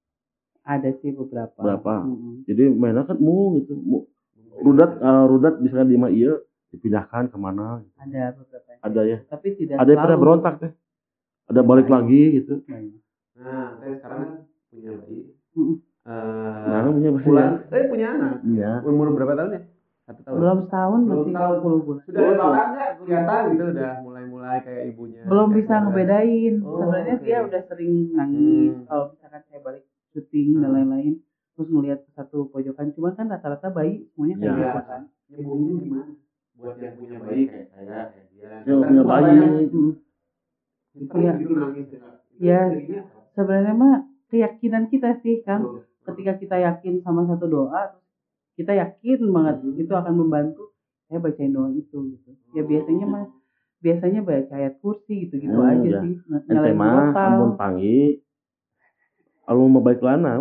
[SPEAKER 3] ada sih beberapa.
[SPEAKER 1] Berapa?
[SPEAKER 3] Mm-mm.
[SPEAKER 1] Jadi mainnya kan mu gitu. Mu. Rudat eh, rudat bisa di mah iya dipindahkan kemana?
[SPEAKER 3] Ada beberapa yang
[SPEAKER 1] Ada ya.
[SPEAKER 3] tapi tidak
[SPEAKER 1] Ada yang pada
[SPEAKER 3] selalu.
[SPEAKER 1] berontak teh. Ada balik lagi gitu.
[SPEAKER 3] Banyak.
[SPEAKER 2] nah saya sekarang kan punya bayi
[SPEAKER 3] Mm-mm.
[SPEAKER 2] eh
[SPEAKER 1] Nah, punya bayi.
[SPEAKER 2] bulan eh punya anak
[SPEAKER 1] Iya.
[SPEAKER 2] umur berapa tahun ya satu tahun
[SPEAKER 3] belum setahun
[SPEAKER 2] Belum
[SPEAKER 3] masih
[SPEAKER 2] setahun.
[SPEAKER 3] sepuluh bulan
[SPEAKER 2] sudah ada bakat nggak kelihatan gitu udah mulai-mulai kayak ibunya
[SPEAKER 3] belum
[SPEAKER 2] kayak
[SPEAKER 3] bisa
[SPEAKER 2] gitu.
[SPEAKER 3] ngebedain
[SPEAKER 2] Oh,
[SPEAKER 3] sebenarnya
[SPEAKER 2] oke.
[SPEAKER 3] dia udah sering nangis
[SPEAKER 2] Hmm.
[SPEAKER 3] kalau misalkan saya balik syuting dan
[SPEAKER 2] Hmm.
[SPEAKER 3] lain-lain terus ngelihat ke satu pojokan cuma kan rata-rata bayi semuanya kayak
[SPEAKER 1] Ya.
[SPEAKER 3] gitu kan.
[SPEAKER 2] nyembuhinnya gimana buat yang punya bayi kayak saya kayak dia
[SPEAKER 1] Yang
[SPEAKER 2] Kan
[SPEAKER 1] punya
[SPEAKER 2] suka
[SPEAKER 1] bayi.
[SPEAKER 2] banyak
[SPEAKER 3] Mm.
[SPEAKER 2] stres
[SPEAKER 3] Iya.
[SPEAKER 2] gitu nangis
[SPEAKER 3] Ya.
[SPEAKER 2] Jadinya apa?
[SPEAKER 3] Sebenarnya mah keyakinan kita sih Kang.
[SPEAKER 2] Betul.
[SPEAKER 3] Ketika kita yakin sama satu doa, kita yakin banget itu akan membantu. Saya bacain doa itu gitu. Ya biasanya mah biasanya baca ayat kursi gitu-gitu
[SPEAKER 1] Hmm,
[SPEAKER 3] aja
[SPEAKER 1] ya.
[SPEAKER 3] sih. Ng-
[SPEAKER 1] Ente
[SPEAKER 3] Nyalain
[SPEAKER 1] mah
[SPEAKER 3] total.
[SPEAKER 1] amun panggil alun mau balik lana.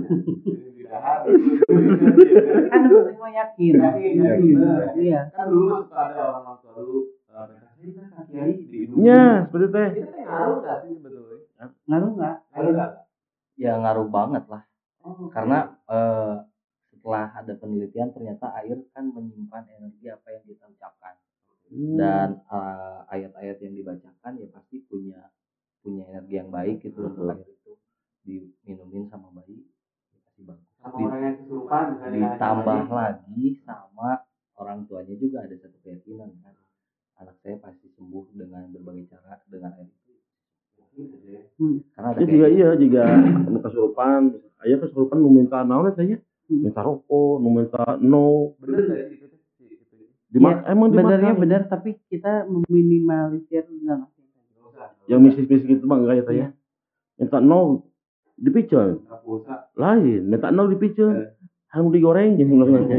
[SPEAKER 3] Kan semua yakin.
[SPEAKER 2] Yakin, yakin, benar.
[SPEAKER 3] Iya.
[SPEAKER 2] Kan dulu mah suka ada orang tua dulu eh, kita kan kiai di hidung.
[SPEAKER 1] Nya, seperti teh.
[SPEAKER 2] Itu teh ngaruh nggak sih sebetulnya?
[SPEAKER 3] Ngaruh nggak?
[SPEAKER 2] Ngaruh nggak?
[SPEAKER 4] Ya ngaruh banget lah.
[SPEAKER 2] Oh,
[SPEAKER 4] Karena eh, setelah ada penelitian ternyata air kan menyimpan energi apa yang kita ucapkan. Dan eh, ayat-ayat yang dibacakan ya pasti punya punya energi yang baik gitu untuk
[SPEAKER 1] Betul.
[SPEAKER 4] air itu diminumin sama bayi ya pasti bagus.
[SPEAKER 2] sama
[SPEAKER 4] Di-
[SPEAKER 2] orang yang kesurupan misalnya
[SPEAKER 4] ditambah
[SPEAKER 2] lagi.
[SPEAKER 4] lagi sama orang tuanya juga ada satu keyakinan kan anak saya pasti sembuh dengan berbagai cara dengan air itu
[SPEAKER 3] Hmm.
[SPEAKER 4] karena ada
[SPEAKER 1] Itu juga
[SPEAKER 4] kayak
[SPEAKER 1] iya juga anu kesurupan. Aya kesurupan nu minta naon teh nya?
[SPEAKER 3] Hmm.
[SPEAKER 1] Minta rokok, nu minta no.
[SPEAKER 2] Bener nggak sih itu teh? Si itu teh?
[SPEAKER 1] Dimak emang
[SPEAKER 3] Benernya
[SPEAKER 1] dimakan.
[SPEAKER 3] bener tapi kita meminimalisir enggak ngasih.
[SPEAKER 1] Yang misis-misis gitu mah enggak ya teh ya. Minta no Dipicen.
[SPEAKER 2] pulsa.
[SPEAKER 1] Lain, minta nol dipicen. Harus digoreng gitu.
[SPEAKER 2] Oke, nah,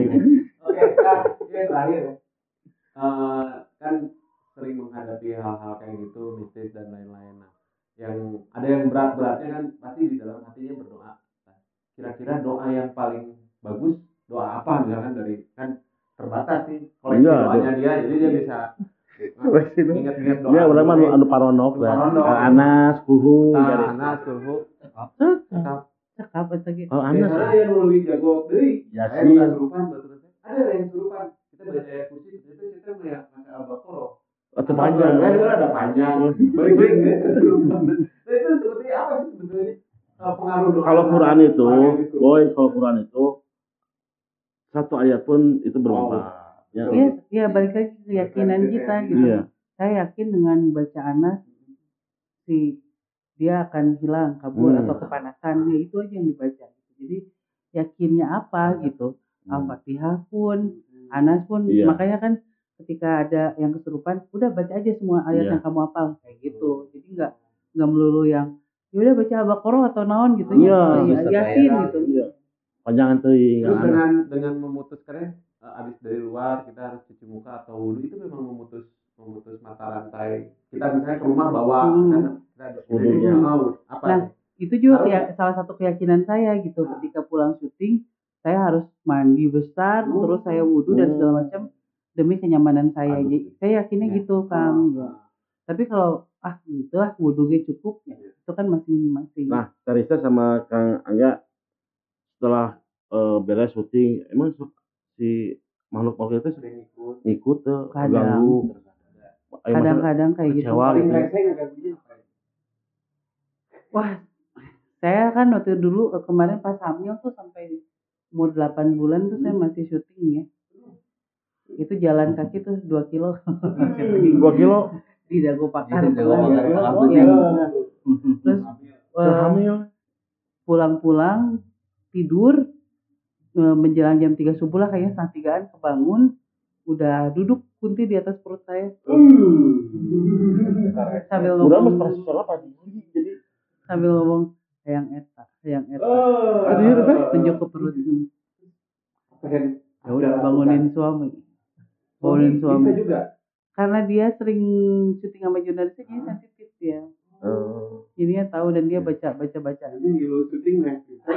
[SPEAKER 2] ini terakhir ya. Eh, kan sering menghadapi hal-hal kayak gitu, mistis dan lain-lain. Nah, yang ada yang berat-beratnya kan pasti di dalam hatinya berdoa. Nah, kira-kira doa yang paling bagus doa apa misalkan dari kan terbatas sih koleksi
[SPEAKER 1] Iya,
[SPEAKER 2] doanya dia, jadi dia bisa ingat-ingat doa.
[SPEAKER 1] Ya, urang mah anu anu paronok lah.
[SPEAKER 2] Paronok.
[SPEAKER 1] Al Anas, kuhu,
[SPEAKER 2] Nah,
[SPEAKER 1] jadi.
[SPEAKER 2] Anas, kulhu,
[SPEAKER 3] Cakap apa lagi?
[SPEAKER 1] Al Anas.
[SPEAKER 2] biasanya yang lebih jago deui.
[SPEAKER 1] Yasin.
[SPEAKER 2] Saya bukan surupan, betul. Ada yang surupan. Kita baca ayat kursi, ternyata kita melihat baca Al-Baqarah.
[SPEAKER 1] Atau panjang.
[SPEAKER 2] Kan ada panjang. Balik-balik ya, surupan. Nah, itu seperti apa sih sebetulnya eh, pengaruh doa?
[SPEAKER 1] Kalau Quran itu,
[SPEAKER 2] Orang yang disuruh.
[SPEAKER 1] boy, kalau Quran itu satu ayat pun itu bermanfaat. Ya.
[SPEAKER 3] Iya, iya balik lagi ke keyakinan kita gitu.
[SPEAKER 1] Iya.
[SPEAKER 3] Saya yakin dengan baca Anas si dia akan hilang kabur
[SPEAKER 1] Hmm.
[SPEAKER 3] atau kepanasan, ya itu aja yang dibaca. Jadi yakinnya apa gitu.
[SPEAKER 1] Hmm.
[SPEAKER 3] Al-Fatihah pun, Anas pun,
[SPEAKER 1] Iya.
[SPEAKER 3] makanya kan ketika ada yang kesurupan, udah baca aja semua ayat
[SPEAKER 1] Iya.
[SPEAKER 3] yang kamu hafal kayak gitu. Jadi nggak nggak melulu yang ya udah baca Al-Baqarah atau naon gitu
[SPEAKER 1] Iya,
[SPEAKER 3] ya,
[SPEAKER 4] bisa
[SPEAKER 3] Yasin
[SPEAKER 4] kayak-
[SPEAKER 3] gitu.
[SPEAKER 1] Iya. Panjangan teuing.
[SPEAKER 2] Terus
[SPEAKER 1] Anas.
[SPEAKER 2] dengan dengan memutuskannya eh, abis dari luar kita harus cuci muka atau wudhu itu memang memutus memutus mata rantai kita misalnya ke rumah bawa
[SPEAKER 3] Hmm.
[SPEAKER 2] kan kita ada
[SPEAKER 1] Wudhunya.
[SPEAKER 2] mau apa
[SPEAKER 3] Nah,
[SPEAKER 2] sih?
[SPEAKER 3] itu juga
[SPEAKER 2] Harus.
[SPEAKER 3] ya salah satu keyakinan saya gitu. Ketika pulang syuting, saya harus mandi besar,
[SPEAKER 2] Oh.
[SPEAKER 3] terus saya wudhu dan segala macam demi kenyamanan saya.
[SPEAKER 1] Aduh.
[SPEAKER 3] Jadi saya yakinnya
[SPEAKER 2] Ya.
[SPEAKER 3] gitu, Kang. Ya. Tapi kalau ah gitu lah wudhunya cukup, ya, itu kan masing-masing.
[SPEAKER 1] Nah, Karissa sama Kang Angga setelah eh, beres syuting, emang su- si makhluk-makhluk itu
[SPEAKER 2] Sering ikut
[SPEAKER 1] ngikut tuh,
[SPEAKER 3] Kadang.
[SPEAKER 1] ganggu. Ayo, masa
[SPEAKER 3] Kadang-kadang kayak gitu.
[SPEAKER 1] kecewa
[SPEAKER 2] paling
[SPEAKER 1] gitu.
[SPEAKER 2] rese nggak ganggunya apa ya?
[SPEAKER 3] Wah, saya kan waktu dulu eh, kemarin pas hamil tuh sampai umur delapan bulan tuh saya masih syuting ya. Itu jalan kaki tuh dua kilo
[SPEAKER 1] Dua kilo.
[SPEAKER 3] di Dago Pakar.
[SPEAKER 4] Di Dago
[SPEAKER 3] pulang.
[SPEAKER 4] Pakar,
[SPEAKER 3] Iya.
[SPEAKER 4] Pakar
[SPEAKER 3] Iya.
[SPEAKER 4] Putih.
[SPEAKER 3] Terus
[SPEAKER 1] Udah
[SPEAKER 3] eh,
[SPEAKER 1] hamil.
[SPEAKER 3] pulang-pulang tidur eh, menjelang jam tiga subuh lah kayaknya setengah tigaan kebangun udah duduk Kunti di atas perut saya sambil
[SPEAKER 1] Udah
[SPEAKER 3] ngomong
[SPEAKER 1] mas transfer apa? Jadi
[SPEAKER 3] sambil ngomong hayang eta hayang eta
[SPEAKER 1] Aduh, itu teh.
[SPEAKER 3] tunjuk ke perut
[SPEAKER 2] Pengen
[SPEAKER 3] ya udah bangunin suami bangunin suami
[SPEAKER 2] bisa juga
[SPEAKER 3] karena dia sering syuting sama jurnalisnya jadi sensitif dia
[SPEAKER 1] Oh.
[SPEAKER 3] jadinya tahu dan dia baca baca baca
[SPEAKER 2] ini dulu syuting nih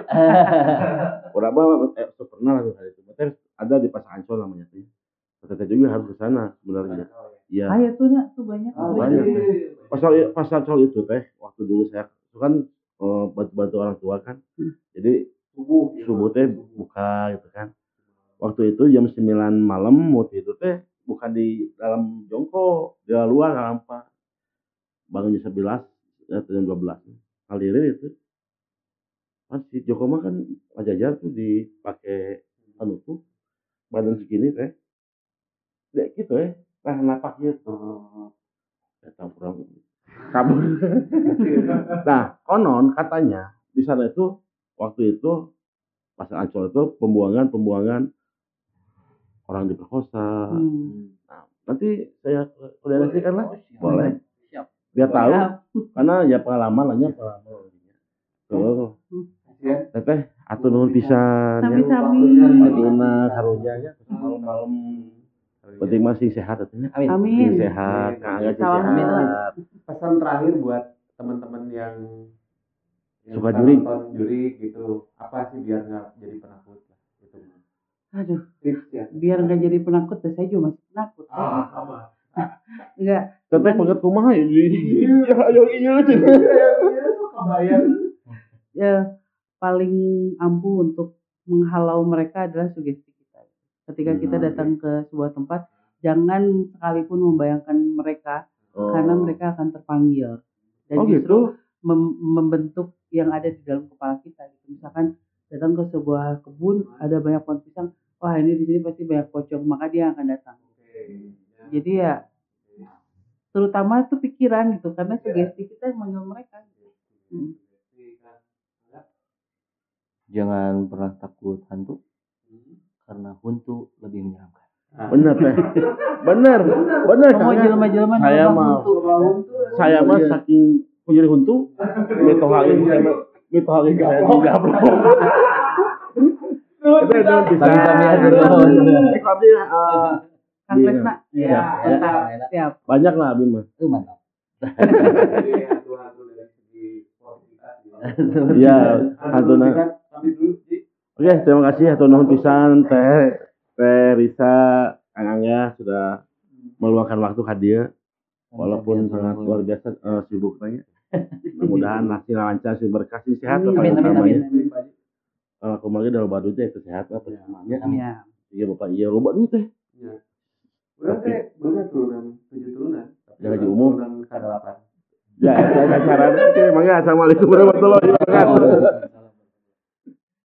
[SPEAKER 1] Udah apa? Eh, pernah lah hari itu. Berarti ada di Pasar Ancol namanya tuh. Kita juga harus ke sana sebenarnya. Iya.
[SPEAKER 3] ah ya tuh nak tuh banyak
[SPEAKER 2] Oh,
[SPEAKER 3] tuh.
[SPEAKER 1] banyak,
[SPEAKER 3] Jadi,
[SPEAKER 1] teh. Pasar Pasar Ancol itu teh waktu dulu saya itu kan eh, bantu-bantu orang tua kan. Jadi
[SPEAKER 2] subuh
[SPEAKER 1] subuh teh buka gitu kan. Waktu itu jam sembilan malam mau tidur teh bukan di dalam jongkok, di luar hampa. Bangun jam sebelas atau jam dua belas. Hadirin itu. Kan si Joko mah kan pajajar tuh dipakai anu tuh badan segini teh. Dek gitu ya. Nah, napak gitu. Ya tampurang kabur. Nah, konon katanya di sana itu waktu itu Pasar Ancol itu pembuangan-pembuangan orang diperkosa.
[SPEAKER 3] hmm.
[SPEAKER 1] Nah, nanti saya koordinasikan lah. Boleh.
[SPEAKER 4] Siap.
[SPEAKER 1] Biar tahu.
[SPEAKER 3] Ya,
[SPEAKER 1] Karena ya pengalaman lah ya pengalaman. Tuh.
[SPEAKER 2] ya
[SPEAKER 1] Teteh atuh nuhun pisan ya.
[SPEAKER 3] sami-sami
[SPEAKER 1] Saduna karunya ya malam-malam. Penting masih sehat atunya.
[SPEAKER 4] Amin.
[SPEAKER 3] amin
[SPEAKER 1] Penting sehat, Kang Angga sih
[SPEAKER 3] Salam.
[SPEAKER 1] sehat.
[SPEAKER 2] pesan terakhir buat teman-teman yang yang
[SPEAKER 1] Suka
[SPEAKER 2] suka
[SPEAKER 1] jurik.
[SPEAKER 2] nonton jurik gitu apa sih biar nggak jadi penakut lah gitu
[SPEAKER 3] aduh
[SPEAKER 2] tips ya
[SPEAKER 3] biar nggak jadi penakut ya saya juga masih penakut
[SPEAKER 2] ah sama
[SPEAKER 3] enggak
[SPEAKER 1] Teteh pengen kumaha ya. Iya, ayo iya cenah.
[SPEAKER 2] kebayang
[SPEAKER 3] ya paling ampuh untuk menghalau mereka adalah sugesti kita. Ketika kita
[SPEAKER 1] Hmm.
[SPEAKER 3] datang ke sebuah tempat, jangan sekalipun membayangkan mereka
[SPEAKER 1] Oh.
[SPEAKER 3] karena mereka akan terpanggil. Dan
[SPEAKER 1] Oh,
[SPEAKER 3] justru
[SPEAKER 1] gitu?
[SPEAKER 3] mem- membentuk yang ada di dalam kepala kita. Gitu. Misalkan datang ke sebuah kebun, ada banyak pohon pisang, wah ini di sini pasti banyak pocong, maka dia akan datang. Jadi ya terutama itu pikiran gitu, karena sugesti kita yang manggil mereka. Hmm.
[SPEAKER 4] Jangan pernah takut hantu karena hantu lebih menyeramkan.
[SPEAKER 1] Bener teh. Bener. Bener
[SPEAKER 3] Kamu
[SPEAKER 1] Kang.
[SPEAKER 3] jelema-jelema
[SPEAKER 1] Saya
[SPEAKER 3] nama
[SPEAKER 1] mah
[SPEAKER 3] hantu.
[SPEAKER 1] saya mah saking punya huntu metode lain saya mah itu hal yang gak gablok. Itu itu bisa.
[SPEAKER 4] Bagi kami aja
[SPEAKER 1] Kami
[SPEAKER 4] dulu.
[SPEAKER 1] eh
[SPEAKER 3] Kang Kresna.
[SPEAKER 2] Iya.
[SPEAKER 3] Ya,
[SPEAKER 4] Ya,
[SPEAKER 3] siap.
[SPEAKER 4] enak.
[SPEAKER 3] Siap.
[SPEAKER 1] banyak lah Abi mah.
[SPEAKER 4] Itu mantap.
[SPEAKER 2] Jadi hantu-hantu dari segi kualitas gitu.
[SPEAKER 1] Iya, hantuna.
[SPEAKER 2] Tapi dulu Ji.
[SPEAKER 1] Oke, terima kasih atur nuhun pisan Teh Teh Risa, Kang Angga sudah meluangkan waktu hadir walaupun sangat luar biasa eh, sibuk tanya. Mudah-mudahan hasil lancar, sih berkah, sih sehat lah
[SPEAKER 4] Amin,
[SPEAKER 1] pada
[SPEAKER 4] amin,
[SPEAKER 1] utamanya.
[SPEAKER 2] Amin, Pak Ji.
[SPEAKER 1] Eh, Kumaha dalam badu teh kesehatan pertamanya.
[SPEAKER 3] Iya.
[SPEAKER 1] Iya Bapak, iya loba duit teh.
[SPEAKER 2] Iya. Udah teh bener turunan tujuh turunan.
[SPEAKER 1] Ya, haji umum.
[SPEAKER 2] Turunan kadalapan.
[SPEAKER 1] Ya, itu aja saran. Oke, mangga assalamualaikum warahmatullahi wabarakatuh.